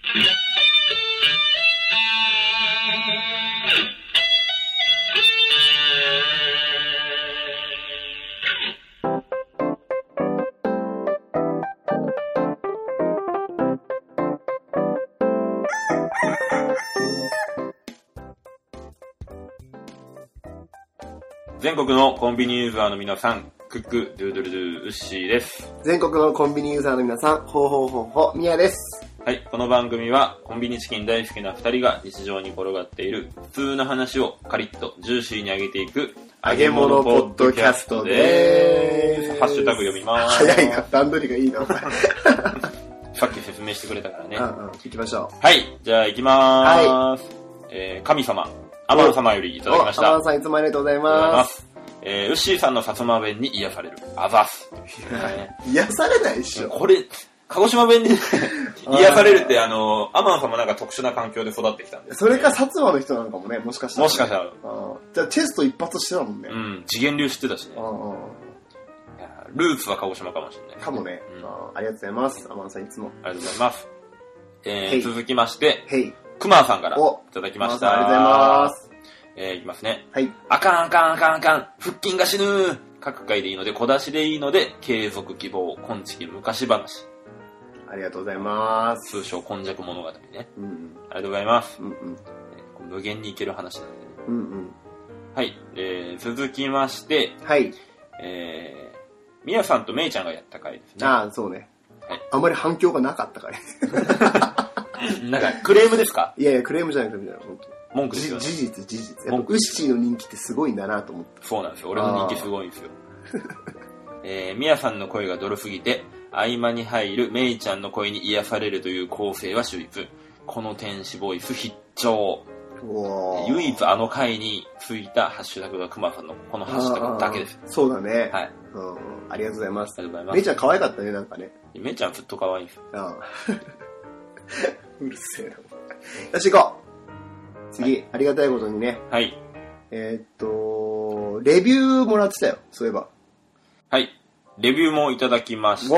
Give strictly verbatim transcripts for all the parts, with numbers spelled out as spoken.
全国のコンビニユーザーの皆さん、クックドゥードゥルドゥウッシーです。 全国のコンビニユーザーの皆さん、ほうほうほうほうミヤです。 はい、この番組はコンビニチキン大好きなふたりが日常に転がっている普通な話をカリッとジューシーに上げていく揚げ物ポッドキャストでーす。ハッシュタグ読みまーす。 早いな、段取りがいいな。 さっき説明してくれたからね。 うんうん、行きましょう。はい、じゃあ行きまーす。はい、えー、神様。アマン様よりいただきました。 アマンさんいつもありがとうございます。 えー、ウッシーさんの薩摩弁に癒される。あざす。 癒されないっしょ。 これ、鹿児島弁に癒されるって、あの、アマンさんもなんか特殊な環境で育ってきたんで。 それか薩摩の人なのかもね、もしかしたら、ね。 もしかしたら。 じゃあテスト一発してたもんね。 うん、次元流知ってたしね。ルーツは鹿児島かもしれない。 かもね。うん、あ, ありがとうございます。アマンさんいつも。 ありがとうございます。えー、続きまして、 へい。 クマさんからいただきました。 ありがとうございます。 えー、いきますね。 はい。 あかんあかんあかんあかん。腹筋が死ぬ。各回でいいので、小出しでいいので、継続希望、今月昔話。 ありがとうございます。 通称、今昔物語ね。 うんうん。 ありがとうございます。 うんうん。 えー、無限にいける話なんでね。 うんうん。はい。 えー、続きまして、 はい。 えー、みやさんとめいちゃんがやった回ですね。 ああ、そうね。はい。あんまり反響がなかった回。 なんか、クレームですか？ いやいや、クレームじゃない、クレームじゃない、本当に。 文句ですよね。 事実、事実。やっぱウッシーの人気ってすごいんだなと思った。 そうなんですよ。俺の人気すごいんですよ。えー、みやさんの声がドロすぎて、合間に入るめいちゃんの声に癒されるという構成は秀逸。この天使ボイス必聴。唯一あの回についたハッシュタグがくまさんのこのハッシュタグだけです。 そうだね。 はい、 うん。ありがとうございます。 ありがとうございます。 めいちゃん可愛かったね、なんかね。 めいちゃんずっと可愛いんですよ。 ああうるせえな。よし行こう。次、はい、ありがたいことにね。 はい。 えー、っと、レビューもらってたよ、そういえば。 はい。レビューもいただきました。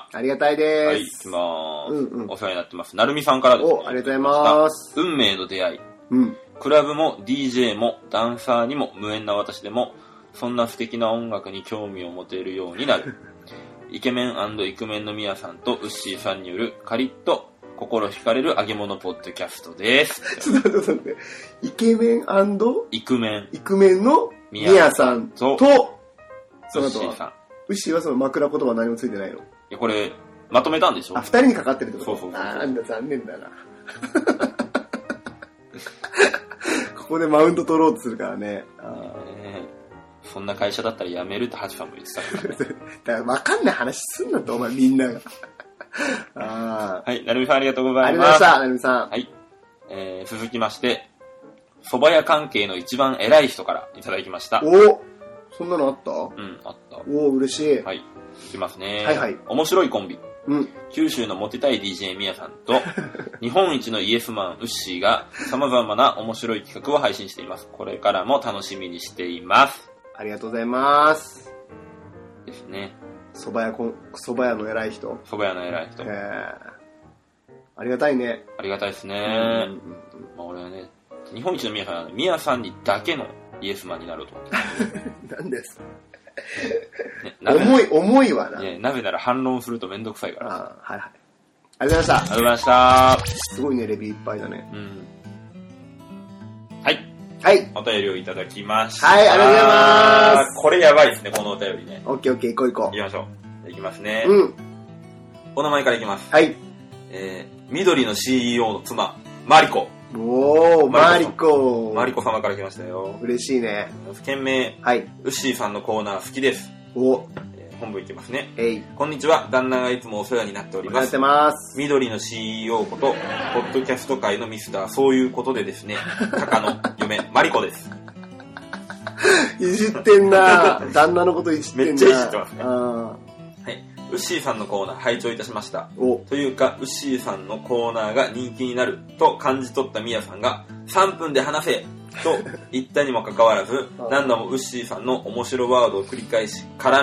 ありがたいです。 はい、いきまーす。 うんうん、 お世話になってます。なるみさんからですね。 お、ありがとうございます。 運命の出会い。 うん。 クラブも ディージェー もダンサーにも無縁な私でも、そんな素敵な音楽に興味を持てるようになる。イケメン&イクメンのミヤさんとウッシーさんによるカリッと心惹かれる揚げ物ポッドキャストです。 ちょっと待って、ちょっと待って。イケメン& イクメン。 イクメンのミヤさんと、 その後はウッシーさん。 ウッシーはその枕言葉何もついてないの？いや、これ、まとめたんでしょ？ あ、二人にかかってるってこと？ そうそうそう。 あー、なんだ、残念だな。ここでマウント取ろうとするからね。あえー、そんな会社だったら辞めるってハチさんも言ってたからね。 だから分かんない話すんなって、お前みんなが。 あはい、なるみさんありがとうございます。 ありがとうございました、なるみさん。 はい。えー、続きまして、蕎麦屋関係の一番偉い人からいただきました。 おそんなのあった？ うん、あった。 おー、嬉しい。 はい。いきますね。 はいはい。 面白いコンビ。 うん。 九州のモテたい ディージェー みやさんと、日本一のイエスマンウッシーが様々な面白い企画を配信しています。これからも楽しみにしています。 ありがとうございます。 ですね。 蕎麦屋こ、蕎麦屋の偉い人。 蕎麦屋の偉い人。 へー。ありがたいね。 ありがたいですね。うんうんうん、まあ、俺はね、日本一のみやさんはみやさんにだけのイエスマンになろうと思って。 なんですね、 重い、重いわな。 ね、なぜなら反論するとめんどくさいから。 あはいはい。ありがとうございました。 ありがとうございました。 すごいね、レビューいっぱいだね。 うん。はい。 はい。 お便りをいただきました。 はい、ありがとうございます。 これやばいですね、このお便りね。 オッケーオッケー、行こう行こう。 行きましょう。いきますね。 うん。 お名前からいきます。 はい。 えー、緑の シーイーオー の妻、マリコ。 おー、マリコ。 マリコ様から来ましたよ。 嬉しいね。 件名、 はい。 ウッシーさんのコーナー好きです。 お、 えー、本部いきますね。 えい。 こんにちは。旦那がいつもお世話になっております。 お世話してます。 緑の シーイーオー こと、ポッドキャスト界のミスター、そういうことでですね、タカの嫁、マリコです。 いじってんな旦那のこといじってんなめっちゃいじってますね。 はい。 ウッシーさんのコーナー拝聴いたしました。 おというか、ウッシーさんのコーナーが人気になると感じ取ったミヤさんが、さんぷんで話せと言ったにもかかわらず、何度もウッシーさんの面白ワードを繰り返し、絡み、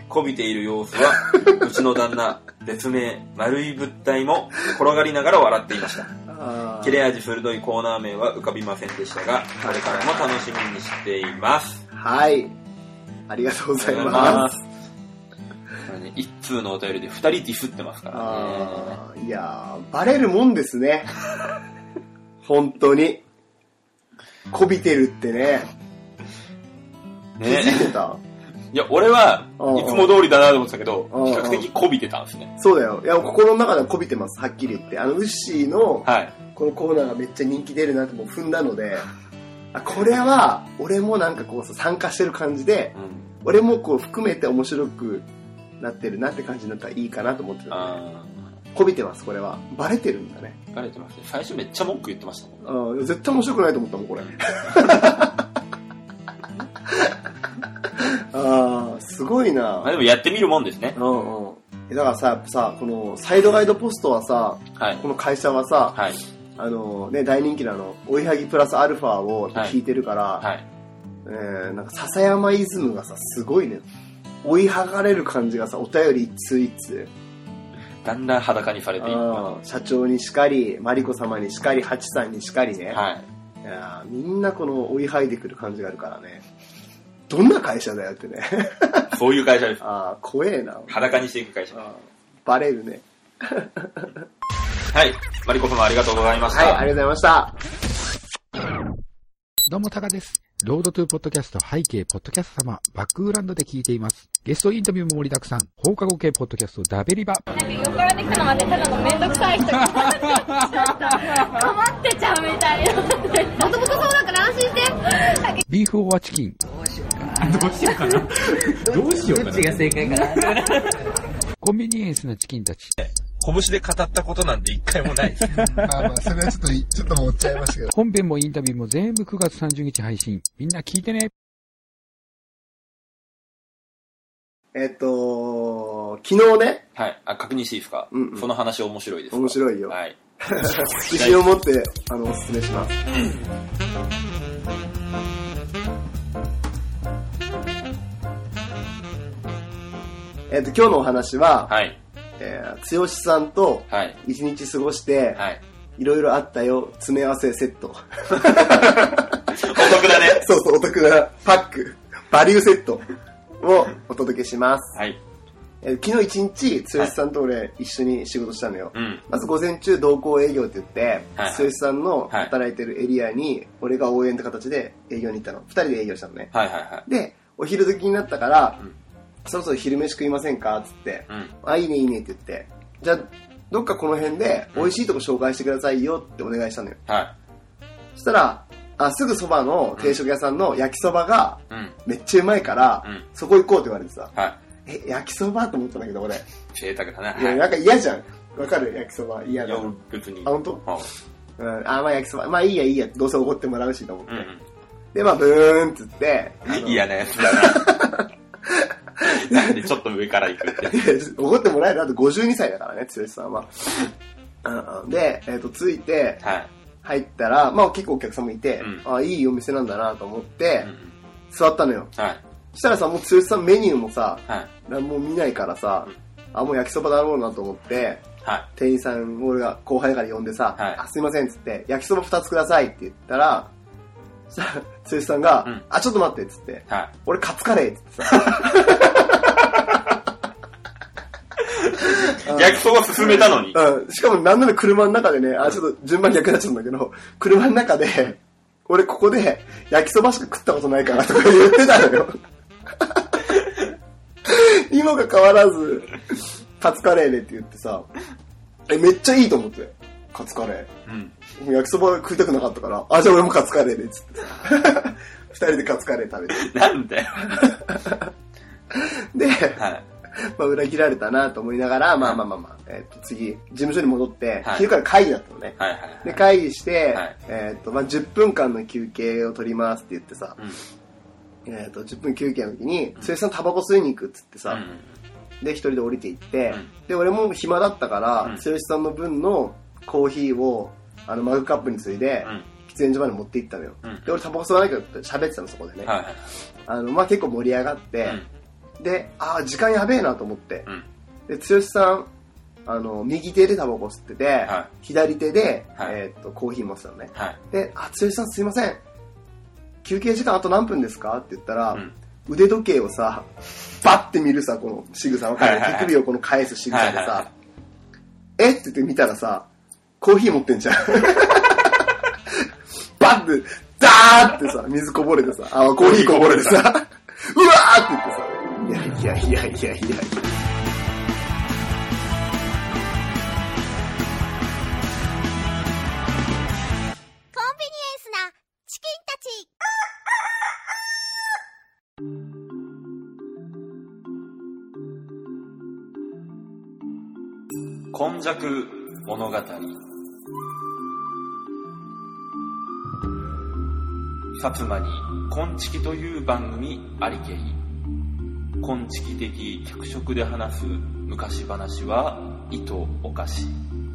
こびている様子は、うちの旦那、別名、丸い物体も転がりながら笑っていました。切れ味鋭いコーナー名は浮かびませんでしたが、これからも楽しみにしています。 はい。ありがとうございます。 これね、一通のお便りで二人ディスってますからね。 あいやー、バレるもんですね。本当に。こびてるってね。 ね、 気づいてた？ いや、俺はいつも通りだなと思ってたけど、比較的こびてたんですね。 そうだよ。いや、心の中ではこびてます、はっきり言って。あの、ウッシーの、 はい、 このコーナーがめっちゃ人気出るなってもう踏んだので、あ、これは、俺もなんかこう参加してる感じで、うん、俺もこう含めて面白くなってるなって感じになったらいいかなと思ってたので、こびてます、これは。バレてるんだね。 バレてますね。最初めっちゃ文句言ってましたもんね。 あ、絶対面白くないと思ったもん、これ。ああ、すごいな。 まあでもやってみるもんですね。 うんうん。だからさ、やっぱさ、このサイドガイドポストはさ、はい、この会社はさ、はい、あのね、大人気なの、追いはぎプラスアルファを聞いてるから、はいはい、えー、なんか笹山イズムがさ、すごいね。追いはがれる感じがさ、お便り一通一通。 だんだん裸にされていく。 社長にしかり、マリコ様にしかり、ハチさんにしかりね。はい。いやみんなこの追いはぎでくる感じがあるからね。どんな会社だよってね。 そういう会社です。 ああ、怖えな。 裸にしていく会社。 バレるね。 はい。マリコ様ありがとうございました。 はい、ありがとうございました。どうも、タカです。ロードトゥーポッドキャスト背景ポッドキャスト様、バックグラウンドで聞いています。ゲストインタビューも盛りだくさん、放課後系ポッドキャストダベリバ。 なんか横からできたのはね、ただのめんどくさい人がかまってちゃうみたいな。もともとそうだから安心して。 ビーフオアチキン。 どうしようかな。どうしようかな。どうしようかな。どっちが正解かな。 コンビニエンスなチキンたち。 拳で語ったことなんて一回もないです。 まあまあ、それはちょっと、ちょっと持っちゃいましたけど。 本編もインタビューも全部くがつさんじゅうにち配信。みんな聞いてね。 えっと、昨日ね。 はい。あ、確認していいですか？うん、うん。その話面白いですか？ 面白いよ。 はい。 自信を持って、あの、お勧めします。えっと、今日のお話は、はい。えー、剛さんと一日過ごして、はい、いろいろあったよ、詰め合わせセット。お得だね。 そうそう、お得なパック、バリューセットをお届けします。はい。えー、昨日一日、剛さんと俺一緒に仕事したのよ。はい、まず午前中同行営業って言って、はい、剛さんの働いてるエリアに、俺が応援って形で営業に行ったの。二人で営業したのね。はいはいはい。で、お昼時になったから、うん、そろそろ昼飯食いませんかっつって、うん、あ、いいねいいねって言って、じゃあどっかこの辺で美味しいとこ紹介してくださいよってお願いしたのよ。はい。そしたら、あ、すぐそばの定食屋さんの焼きそばがめっちゃうまいから、うん、そこ行こうって言われてさ、はい、え、焼きそばと思ったんだけど俺。 贅沢だな。 いや、なんか嫌じゃん。わかる？焼きそば嫌だ。いや、 別に。 あ、本当？うん。あ、まあ焼きそば、まあいいやいいや、どうせおごってもらうしと思って。うんうん、で、まあブーンって言って。 嫌なやつだな。なんでちょっと上から行くって。 おごってもらえる。あとごじゅうにさいだからね、剛さんは。で、えっと、着いて、入ったら、まあ結構お客さんもいて、うん、あ、いいお店なんだなと思って、うん、座ったのよ。はい、そしたらさ、もう剛さんメニューもさ、はい、もう見ないからさ、うん、あ、もう焼きそばだろうなと思って、はい、店員さん、俺が後輩だから呼んでさ、はい、あ、すいませんっつって、焼きそばふたつくださいって言ったら、さ、剛さんが、うん、あ、ちょっと待ってっつって、はい、俺カツカレーっつってさ、 焼きそば進めたのに。 うん。しかもなんなら車の中でね、あ、ちょっと順番逆になっちゃうんだけど、車の中で、俺ここで焼きそばしか食ったことないからとか言ってたのよ。にもかかわらず、カツカレーでって言ってさ、え、めっちゃいいと思って、カツカレー。うん。焼きそば食いたくなかったから、あ、じゃあ俺もカツカレーでっつってさ。二人でカツカレー食べて。 なんだよ。 で、はい、まあ裏切られたなと思いながら、まあまあまあまあ、えっと次、事務所に戻って、はい、昼から会議だったのね。はいはいはい、で、会議して、はい、えっと、まあじゅっぷんかんの休憩を取りますって言ってさ、うん、えっと、じゅっぷん休憩の時に、剛さんタバコ吸いに行くっつってさ、うん、で、一人で降りて行って、うん、で、俺も暇だったから、剛、うん、さんの分のコーヒーを、あの、マグカップについで、うん、喫煙所まで持って行ったのよ。うん、で、俺タバコ吸わないから喋ってたの、そこでね。はいはい、あの、まあ結構盛り上がって、 で、ああ、時間やべえなと思って。 うん、 で、剛さん、あの、右手でタバコ吸ってて、はい、左手で、はい、えー、っと、コーヒー持ってたのね。はい、で、あ、剛さんすいません。休憩時間あと何分ですかって言ったら、うん、腕時計をさ、バッて見るさ、この仕草、手首をこの返す仕草でさ、はいはいはい、えって言って見たらさ、コーヒー持ってんじゃん。バッて、ダーってさ、水こぼれてさ、あ、コーヒーこぼれてさ、うわーって言ってさ、いやいやいやいやいやいや。 今昔物語。薩摩に今昔という番組ありけり。今昔的脚色で話す昔話は意図おかし。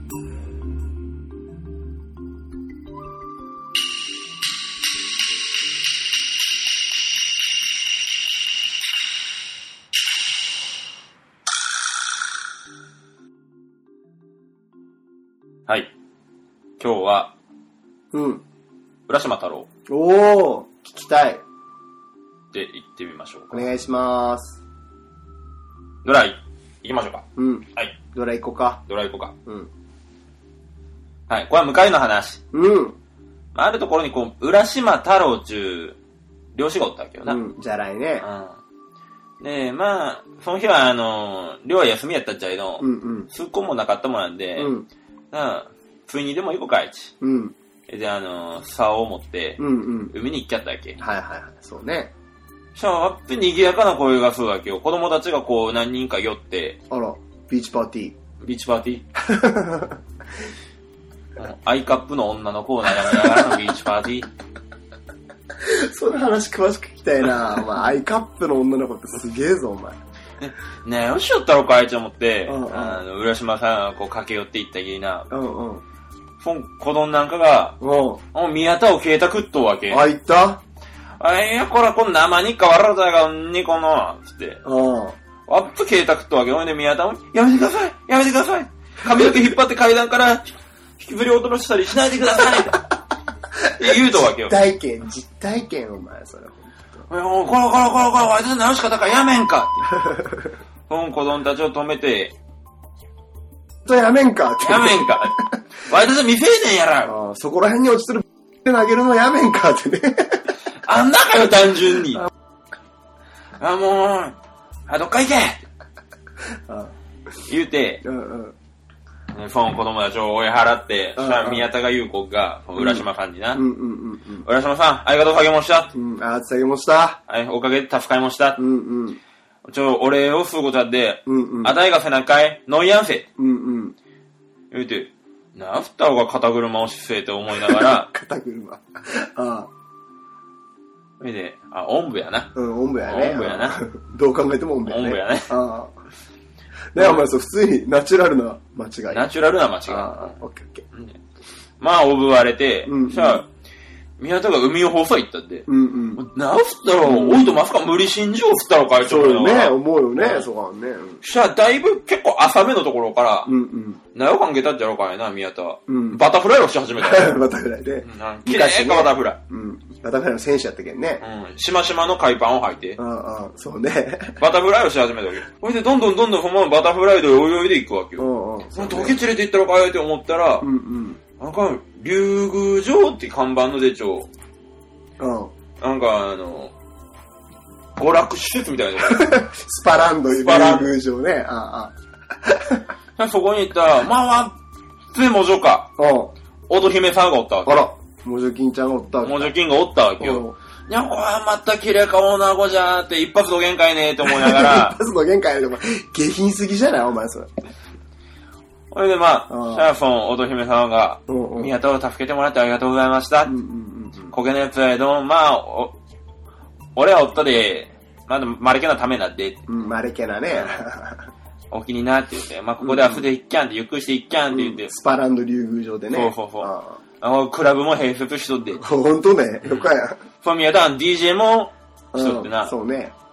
はい。今日は、 うん。 浦島太郎。 おー、聞きたい。 で、行ってみましょうか。 お願いします。 ドライ、行きましょうか。 うん。はい。ドライ行こうか。 ドライ行こうか。 うん。 はい、これは向かいの話。 うん。 あるところに、こう、浦島太郎ちゅう、漁師がおったわけよな。 うん、じゃらいね。 うん。で、まあ、その日は、あの、漁は休みやったっちゃいの、 うんうん。 すっこもなかったもんなんで、 うん。 うん、ついにでも行こうかいち。 うん。 で、あの、竿を持って、 うんうん、 海に行っちゃったわけ。 はいはいはい、そうね。 シャワーって賑やかな声がするわけよ。子供たちがこう何人か寄って。 あら、ビーチパーティー。ビーチパーティーアイカップの女の子を眺めながらのビーチパーティー。 その話詳しく聞きたいな。お前、アイカップの女の子ってすげえぞ、お前。 ねえ、よしよったろかいと思って、 うんうん、 あの、浦島さんがこう駆け寄っていったきりな。 うんうん。 フォン、子供なんかが、 うん。 宮田を消えたくっとうわけ。 あ、いったあ、いや、こら、こん生にかわらざがんにこの、つって。 うん。 あっと消えたくっとうわけ。ほいで宮田も、やめてくださいやめてください髪の毛引っ張って階段から引きずり落としたりしないでくださいって言うとわけよ。 実体験、実体験、お前、それ。 こらこらこらこらこら、わいつ直し方かやめんかって。その子供たちを止めて、 とやめんかって。 やめんか。わいつ未成年やら。 あそこら辺に落ちてるって投げるのやめんかってね。 あんなかよ、単純に。あ、あもう、あ、どっか行けあ言うて、 うんうんその子供たちを追い払って、そしたら宮田が優子が、浦島さんにな。 うんうんうんうん。 浦島さん、ありがとう下げもした。 うん、ありがとう下げもした。 はい、おかげで助かりもした。 うんうん。 ちょ、お礼をすることだって、 うんうん。 あたいが背中へ、のんやんせ。 うんうん。 言うて、なふった方が肩車をしせえって思いながら。 肩車。ああ。 それで、あ、おんぶやな。 うん、おんぶやね。 おんぶやな。 どう考えてもおんぶやね。 おんぶやね。 ああ。ね、お前そう、普通にナチュラルな間違い。 ナチュラルな間違い。 ああ、オッケーオッケー。 まあ、おぶわれて、 うんうん、 じゃあ、宮田が海を放送行ったって。 うんうん。 なふったろ、おいとまさか無理心中を振ったろかい、 そうよね、思うよね、そうかね。 じゃあ、だいぶ結構浅めのところから、 うんうん。 なよかんけたっちゃろうかいな、宮田は。 うん。 バタフライをし始めた。 バタフライで。 きれいかバタフライ。 うん。バタフライの選手やったけんね。 うん。しましまの海パンを履いて。 ああ、そうね。 バタフライをし始めたわけよ。ほいで、どんどんどんどんそのままバタフライで泳いでいくわけよ。 うんうん。 どけ連れて行ったろかいって思ったら、 うんうん。 なんか、竜宮城って看板の出帳。 うん。 なんか、あの、娯楽施設みたいな。 スパランド、竜宮城ね。ああ。そこに行ったら、まあまあ、ついもじょか。 うん。 乙姫さんがおったわけ。 あら、もじょきんちゃんがおったわけ。 もじょきんがおったわけよ。いや、これはまた綺麗か女の子じゃーって一発の限界ねーって思いながら。 一発の限界でも、下品すぎじゃないお前それ。 それでまあ、シャーソン、乙姫さんが、宮田を助けてもらってありがとうございました。うんうんうん。焦げのやつは、でもまあ、お、俺はおったで、まだ、まれけなためなって。 うん、まれけなね。 お気になって言って、まあ、ここでは筆一キャンって、ゆっくりして一キャンって言って。うん、 スパランド竜宮城でね。 そうそうそう。ああクラブも併設しとって。 ほんとね、よかや。 ファミヤだ、ディージェー もしとってな。 そうね。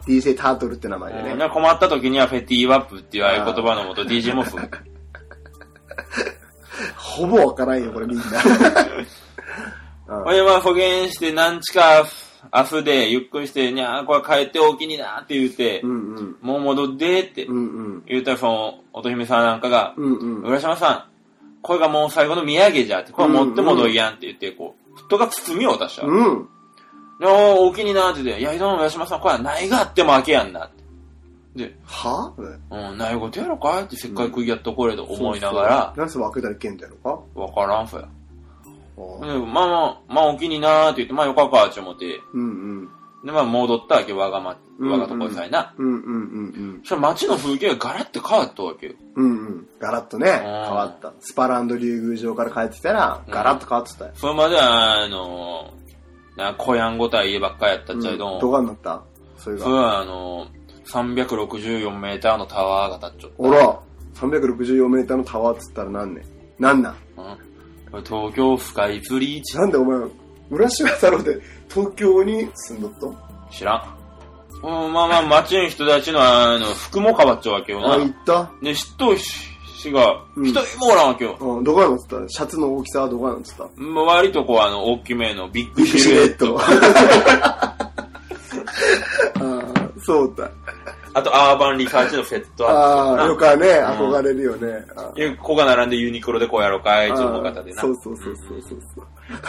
ディージェー タートルって名前でね。 うん、困った時にはフェティワップっていうああいう言葉のもと ディージェー モフ。 ほぼわからんよ、これみんな。 これは復元して、何日かアフでゆっくりして、にゃー、これ帰っておきになって言って、うんうん、もう戻ってって言ったら、その、乙姫さんなんかが、うんうん、浦島さん、これがもう最後の土産じゃって、これ持って戻りやんって言って、こう、フットが包みを渡した。うん。で、おきになって言って、いや、井戸の浦島さん、これはないがあっても開けやんなって。で、 はぁうん、ないことやろかってせっかく釘やっとこれと思いながら。 何、うん、それ開けたらいけんだやろかわからんふや。で、まあまあ、まあおきになーって言って、まあよかかって思って。うんうん。で、まあ戻ったわけ、我がま、我がとこさいな。うんうんうんうん。そしたら街の風景がガラッと変わったわけよ。 うんうん。ガラッとね、変わった。スパランド竜宮城から帰ってきたら、ガラッと変わってたよ。 それまでは、あの、な、小やんごたい家ばっかりやったっちゃいどん。 どがになったそれが。 それはあの、さんびゃくろくじゅうよんメーターのタワーが立っちゃった。 ほら、さんびゃくろくじゅうよんメーターのタワーっつったら何ねなんなん、 うん、東京スカイツリー。 なんでお前、浦島太郎で東京に住んどっと知らん。うん、まあまあ、街の人たちのあの、服も変わっちゃうわけよな。 あ、行ったで、しっとしが、一人もおらんわけよ。 うん、どこがなってたシャツの大きさはどこがなってた割とこう、あの、大きめのビッグシルエット。 ああ、そうだ。 あと、アーバンリサーチのフェットアップ。ああ、よくはね、憧れるよね。 うん、ここが並んでユニクロでこうやろうかい、いつも方でな。 そうそうそうそうそうそう。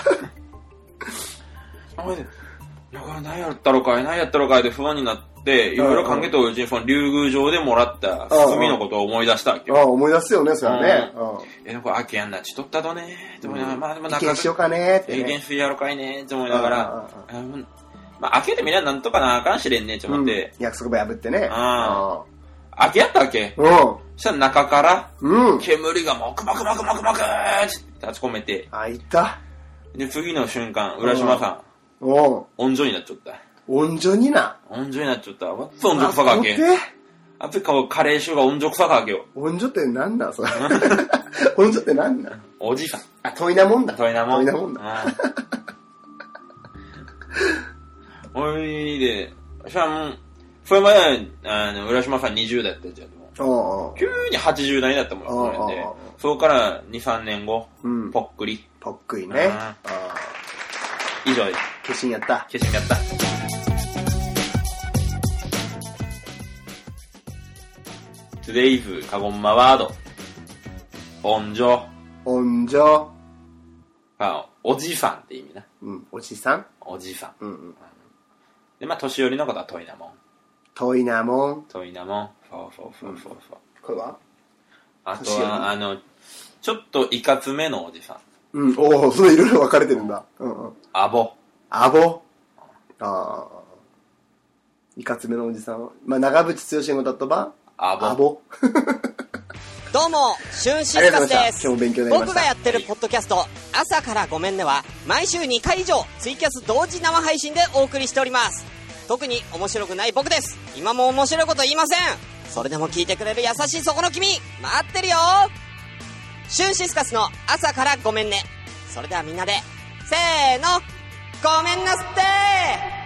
あれで、だから何やったろかい、何やったろかいで不安になって、いろいろ考えておるうちに、その竜宮城でもらった包みのことを思い出したわけよ。 ああ、思い出すよね、それはね。 え、でもこれ、あけやんな、ちとったとね。でも、まあでもなんか。意見しようかねって。 意見しやろかいねって思いながら、まあ、開けてみりゃなんとかなあかんしれんねって思って。 うん、約束ば破ってね。 ああ。開けやったわけ。うん。そしたら中から、うん。煙がもくもくもくもくもくーって立ち込めて。 あ、いった。 で、次の瞬間、浦島さん。うん。温女になっちゃった。 温女にな温女になっちゃった。わっと温女臭かわけ。あと顔、カレー臭が温女臭かわけよ。 温女ってなんだそれ。温女ってなんだおじさん。 あ、遠いなもんだ。 遠いなもん。 遠いなもんだ。 おいで、しゃもう、それまで、あの、浦島さんにじゅうだいだったじゃん。急にはちじゅうだいになったもんね。そこからに、さんねんご、うん、ぽっくり。 ぽっくりね。 以上です。 化身やった。 化身やった。Today's カゴンマワード。温女。 温女。 あ、おじさんって意味な。 うん、おじさんおじさん。うんうん。で、まあ、年寄りのことは遠いなもん。 遠いなもん。 遠いなもん。そうそうそうそう。 これはあとは、あの、ちょっといかつめのおじさん。うん、おお、それいろいろ分かれてるんだ。うんうん。 アボ。 アボああ。いかつめのおじさん。まあ、長渕剛の言葉アボ。 アボ。 どうも、シュンシスカスです。 今日も勉強になりました。 僕がやってるポッドキャスト、朝からごめんねは、毎週にかい以上、ツイキャス同時生配信でお送りしております。特に面白くない僕です。今も面白いこと言いません。それでも聞いてくれる優しいそこの君、待ってるよ。シュンシスカスの朝からごめんね。それではみんなで、せーの、ごめんなすってー。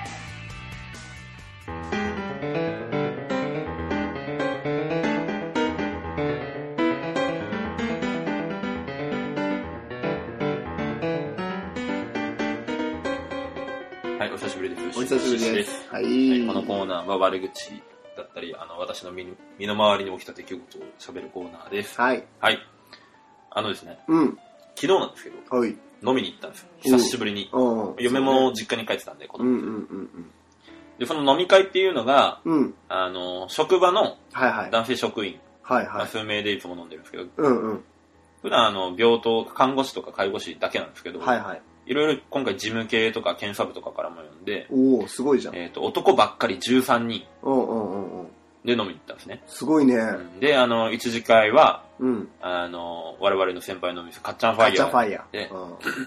お久しぶりです。 お久しぶりです。はい。はい、 このコーナーは悪口だったり、あの、私の身の身の回りに起きた出来事を喋るコーナーです。 はい。 はい。あのですね、 うん。 昨日なんですけど、はい。飲みに行ったんですよ。久しぶりに。うん。嫁も実家に帰ってたんで、子供と。うんうんうんうん。で、その飲み会っていうのが、うん。あの、職場の男性職員。はいはい。数名でいつも飲んでるんですけど、うんうん。普段あの、病棟、看護師とか介護士だけなんですけど、はいはい。いろいろ今回事務系とか検査部とかからも呼んで、 おおすごいじゃん。 えっと、男ばっかりじゅうさんにん。うんうんうんうん。で飲みに行ったんですね。 すごいね。 うん、で、あの、一次会は、うん。あの、我々の先輩の店、カッチャンファイヤー。カッチャンファイヤー。で、うん、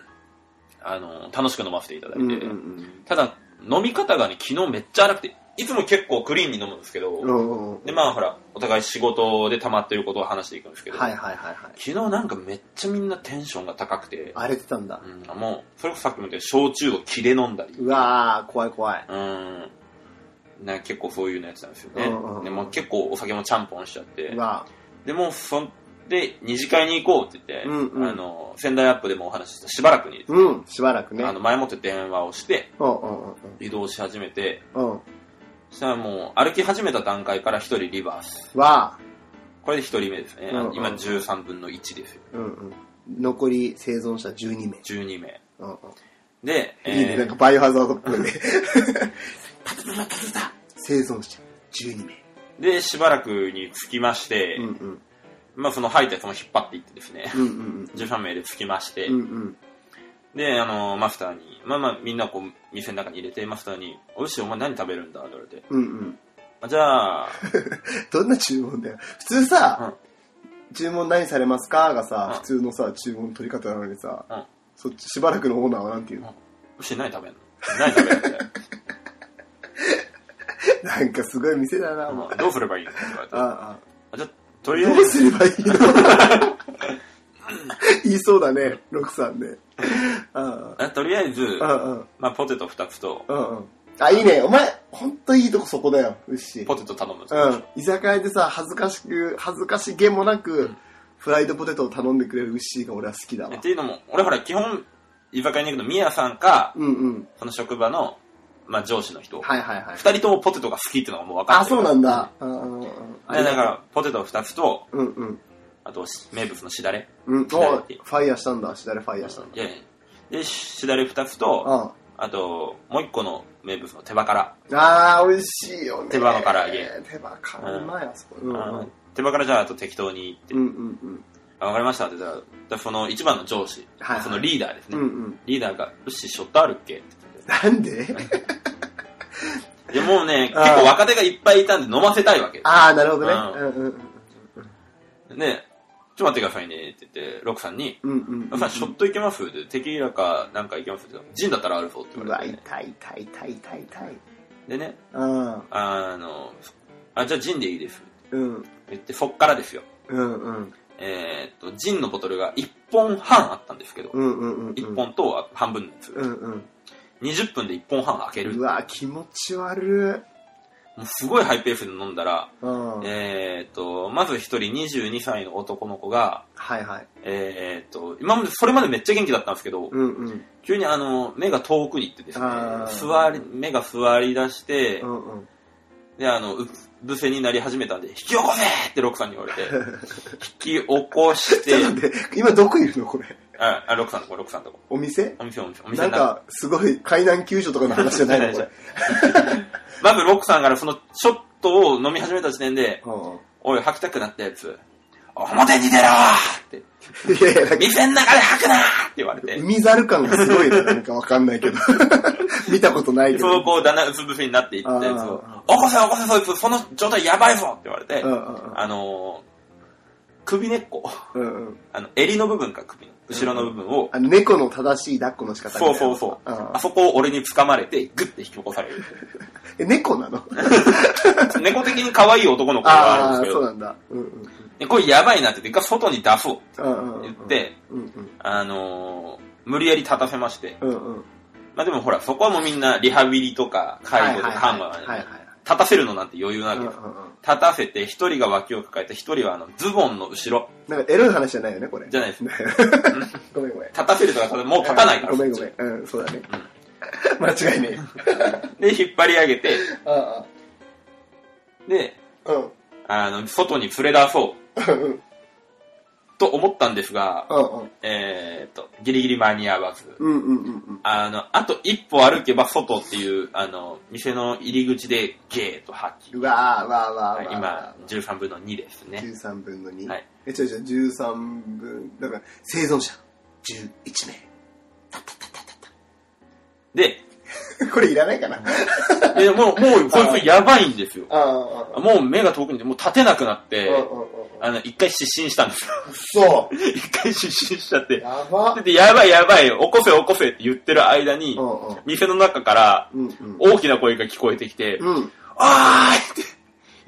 あの、楽しく飲ませていただいて、うんうんうん、ただ、飲み方がね、昨日めっちゃ荒くて、いつも結構クリーンに飲むんですけど、うんうん、で、まあほら、お互い仕事で溜まってることを話していくんですけど、はいはいはいはい、昨日なんかめっちゃみんなテンションが高くて、 荒れてたんだ。 うん、もう、それこそさっきも言ったように焼酎を切れ飲んだり。 うわー、怖い怖い。 うん。 な結構そういうのやつなんですよね。うんうん、でも結構お酒もちゃんぽんしちゃって。でも、そんで、二次会に行こうって言って、うんうん、あの、仙台アップでもお話ししたしばらくに、 うん、しばらくね。 あの、前もって電話をして、うんうんうん、移動し始めて、うん、そしたらもう、歩き始めた段階から一人リバース。わぁ。これで一人目ですね。うんうん、今じゅうさんぶんのいちですよ。うんうん、 残り生存者じゅうにめい。 じゅうにめい。うんうん、で、 いいね、えー、なんかバイオハザードっぽいね。タタタタタタ生存者じゅうにめい。 で、しばらくに着きまして、うんうん、まあその吐いたやつも引っ張っていってですね、うんうんうん、じゅうさんめいで着きまして、うんうん、で、あの、マスターに、まあまあみんなこう、店の中に入れて、マスターに、おいしい、お前何食べるんだって言われて、うんうん、あじゃあ、 どんな注文だよ。普通さ、うん、注文何されますかがさ、うん、普通のさ、注文取り方なのにさ、うん、そっちしばらくのオーナーはなんて言うの？ おいしい、何食べんの？何食べるんだよ。 なんかすごい店だな、もう。どうすればいいのって言われて。あああじゃあ、とりあえず。どうすればいいの言いそうだね、ロクさんね。 ああとりあえず、ああまあ、ポテトふたつと。 あああ、いいね。お前、ほんといいとこそこだよ、うっし。 ポテト頼むんですよ。 うん。居酒屋でさ、恥ずかしく、恥ずかしげもなく、うん、フライドポテトを頼んでくれるウッシーが俺は好きだわ。 っていうのも、俺ほら、基本、居酒屋に行くの、ミヤさんか、うんうん、その職場の、まあ、上司の人。はいはいはい。二人ともポテトが好きっていうのがもう分かってる。 あ、そうなんだ。うん。 だから、ポテト二つと、うんうん。あと、名物のしだれ。 うん。ファイヤーしたんだ。しだれファイヤーしたんだ。 いやいや。で、しだれ二つと、あと、もう一個の名物の手羽から。 あー、美味しいよね。 手羽の唐揚げ。 手羽からうまいあそこ。 手羽からじゃあ、あと適当に言って。うんうんうん。わかりましたって言ったら、その一番の上司、そのリーダーですね。リーダーが、うっし、ショットあるっけって言って。なんででもうね、結構若手がいっぱいいたんで飲ませたいわけ。 ああ、なるほどね。 で、ちょっと待ってくださいねって言って、ロクさんに、ロクさん、ショットいけますって、テキーラかなんかいけますって、ジンだったらあるぞって言われて。 うわ、痛い痛い痛い痛い痛い。 でね、あの、あ、じゃあジンでいいです。うん。言って、そっからですよ。うんうん。えっと、ジンのボトルがいっぽんはんあったんですけど、いっぽんと半分のやつ。うんうん。にじゅっぷんでいっぽんはん開ける。 うわ、気持ち悪い。 もうすごいハイペースで飲んだら、うん、えっと、まず一人にじゅうにさいの男の子が、はいはい。えっと、今まで、それまでめっちゃ元気だったんですけど、うんうん、急にあの、目が遠くに行ってですね、座り、目が座り出して、うんうん、で、あの、うぶせになり始めたんで、引き起こせってロクさんに言われて、引き起こして、 今どこいるのこれ。 あ、あ、ロクさんのとこ、ロクさんのとこ。 お店お店、お店、お店。 なんか、すごい、海難救助とかの話じゃないのこれ。 まずロクさんからそのショットを飲み始めた時点で、うん、おい、吐きたくなったやつ、表に出ろーって。いやいや、店の中で吐くなーって言われて。 海猿感がすごい、なんかわかんないけど。見たことないけど。 そうこう、だんだんうつ伏せになっていったやつを、起こせ起こせそいつ、その状態やばいぞって言われて、あのー、首根っこ、うんうん、あの襟の部分か首の後ろの部分を、 うん、あの猫の正しい抱っこの仕方そうそうそう、うん、あそこを俺に掴まれてグッて引き起こされる。 え、猫なの？ 猫的に可愛い男の子があるんですけど、 あ、そうなんだ、うんうんうん、 これやばいなって言って一回外に出そうって言って、うんうんうん、あのー、無理やり立たせまして、うんうん、まあでもほらそこはもうみんなリハビリとか介護とか看護なんで、立たせるのなんて余裕なわけです、うんうんうん、立たせて一人が脇を抱えて一人はあのズボンの後ろ、 なんかエロい話じゃないよねこれ。 じゃないですね。 ごめんごめん。 立たせるとかもう立たないから。 ごめんごめん。うん、そうだね。うん、間違いねえ。で引っ張り上げて、ああで、うん、あの外に連れ出そう。うんと思ったんですが、うんうん、えー、っとギリギリ間に合わず、うんうんうんうん、あのあと一歩歩けば外っていうあの店の入り口でゲーと吐き、 うわーわーわーわー、 今じゅうさんぶんのにですね。 じゅうさんぶんのに、はい、え違う違うじゅうさんぶんだから生存者じゅういちめい。たったたったたったでこれいらないかな。 いやもうもうこいつやばいんですよ。ああもう目が遠くにもう立てなくなって。あの、一回失神したんですよ。 そう。 一回失神しちゃって。やば。で、やばいやばい、起こせ起こせって言ってる間に、うんうん、店の中から、大きな声が聞こえてきて、うん、あーいって、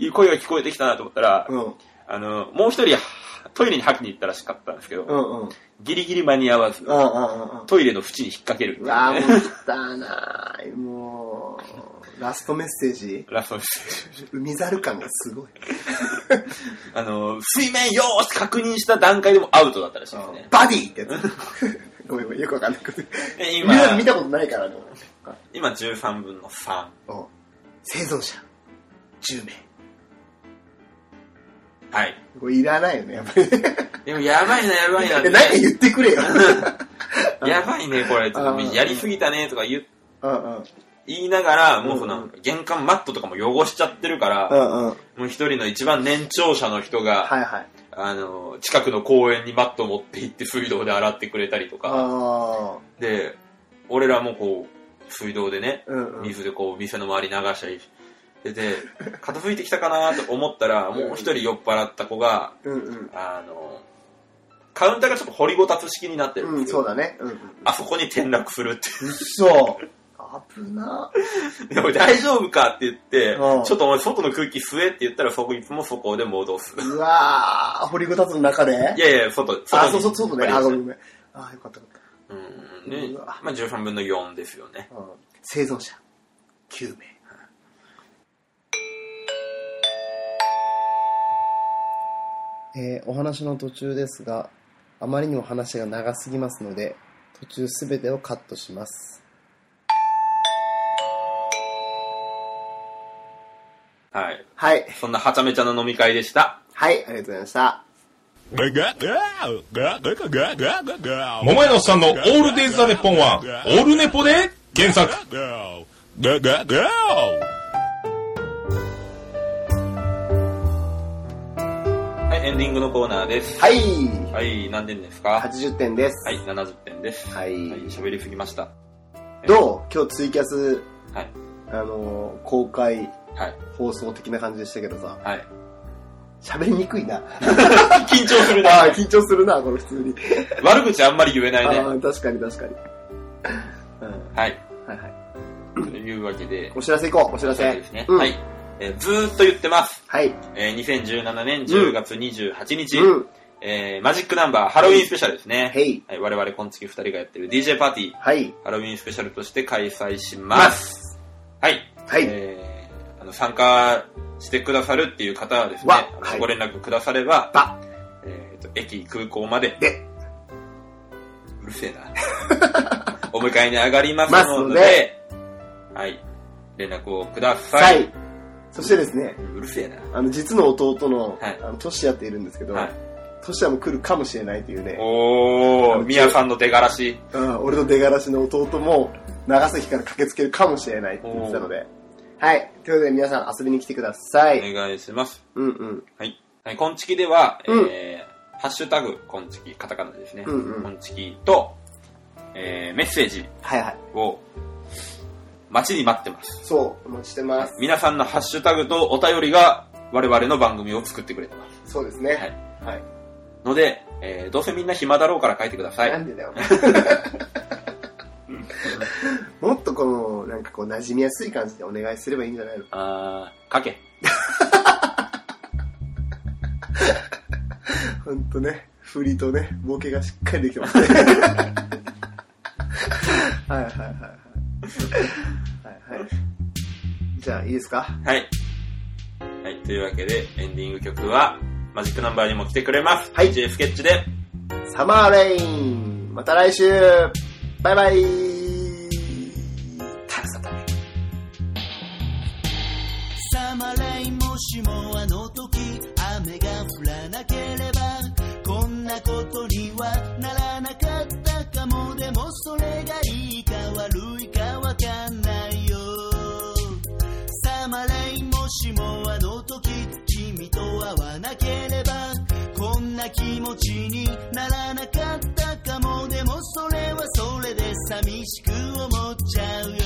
いう声が聞こえてきたなと思ったら、うん、あの、もう一人、トイレに吐きに行ったらしかったんですけど、うんうん、ギリギリ間に合わず、うんうんうん、トイレの縁に引っ掛ける、ね。 うわー、もったいない。もう。 ラストメッセージラストメッセージ。 海猿感がすごい。 あの、水面よーし確認した段階でもアウトだったらしいですね。 バディってやつ。ごめんごめん、よくわかんないこと。今、見たことないからね。 今じゅうさんぶんのさん。 生存者、じゅうめい。 はい。 これいらないよね、やっぱり。 でもやばいな、やばいな。 何か言ってくれよ。 やばいね、これ。やりすぎたね、とか言言いながら、もうその、玄関マットとかも汚しちゃってるから、もう一人の一番年長者の人が、あの、近くの公園にマットを持って行って水道で洗ってくれたりとか、で、俺らもこう、水道でね、水でこう、店の周り流したりして、で、片付いてきたかなと思ったら、もう一人酔っ払った子が、あの、カウンターがちょっと掘りごたつ式になってるんですよ。 そうだね。 あそこに転落するって。 嘘。危な。 でも大丈夫かって言って、ちょっと俺外の空気吸えって言ったら、そこいつもそこで戻す。 うわー、掘りごたつの中で？ いやいや、外、外あ、そうそう、外ね。あ、ごめんごめん。あ、よかったよかった。うん。ね、まあじゅうさんぶんのよんですよね。 生存者、きゅうめい。えー、お話の途中ですが、あまりにも話が長すぎますので、途中すべてをカットします。 はい。 はい。 そんなはちゃめちゃな飲み会でした。 はい、ありがとうございました。 桃屋のおっさんのオールデイズ・ザ・ネッポンは、オールネポで原作。 エンディングのコーナーです。 はい。 はい、何点ですか？ はちじゅってんです。 はい、ななじゅってんです。 はい。 喋、はい、りすぎました。 どう？今日ツイキャス、 はい、 あのー、公開、 はい、 放送的な感じでしたけどさ。 はい。 喋りにくいな。 緊張するな。 あ緊張するな、これ普通に。 悪口あんまり言えないね。 あ確かに確かに。 うん、はい。 はいはい。 というわけで。 お知らせいこう、お知らせ。 ですね。うん、はい。えー、ずーっと言ってます。 はい。 えー、にせんじゅうななねんじゅうがつにじゅうはちにち、うん、えー、マジックナンバーハロウィンスペシャルですね。 はい。 はい、我々こんちきふたりがやってる ディージェー パーティー。 はい。 ハロウィンスペシャルとして開催します。はい。 はい。 えー、あの、参加してくださるっていう方はですね、はい、ご連絡くだされば、えっと、駅、空港まで、 で、 うるせえな。お迎えに上がりますので、ではい。連絡をください。はい。 そしてですね、 うるせえな。 あの、実の弟の、 はい、 あの、トシヤっているんですけど、 はい、 トシヤも来るかもしれないというね。 おー、ミヤさんの出がらし。 うん、俺の出がらしの弟も、長崎から駆けつけるかもしれないって言ってたので、はい。ということで皆さん遊びに来てください。 お願いします。 うんうん。 はい。はい、こんちきでは、うん、えー、ハッシュタグ、こんちき、カタカナですね。 うんうん、 こんちきと、えー、メッセージを、 はいはい。 待ちに待ってます。 そう、お待ちしてます。 皆さんのハッシュタグとお便りが我々の番組を作ってくれてます。 そうですね。 はい。 はい。 ので、えー、どうせみんな暇だろうから書いてください。 なんでだよ。もっとこの、なんかこう、馴染みやすい感じでお願いすればいいんじゃないの？ あー、書け。 ほんとね、振りとね、ボケがしっかりできてますね。はいはいはいはい。はいはい。じゃあ、いいですか？ はい。はい、というわけで、エンディング曲は、マジックナンバーにも来てくれます。 はい。 J スケッチで、 サマーレイン。また来週。バイバイ。 サマーレイン、もしもあの時雨が降らなければこんなことにはならなかったかも。でもそれがいいか悪いかわかんないよ。サマーレイン、もしもあの時君と会わなければこんな気持ちにならなかったかも。でもそれはそれで寂しく思っちゃうよ。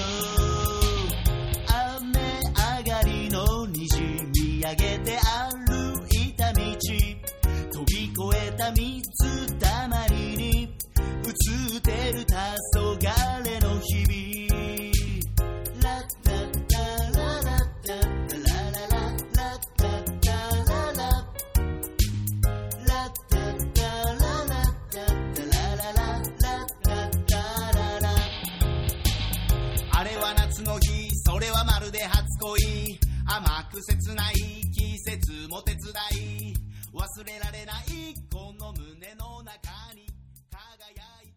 雨上がりの虹見上げて歩いた道、飛び越えた水たまりに映ってる黄昏の日々。ラッタッタララッタッタララララッタッタラララッタッタララッタッタララララッタッタララ。あれは夏の日、それは丸るで初恋甘く切ない季節も手伝い忘れられないこの胸の中に輝いて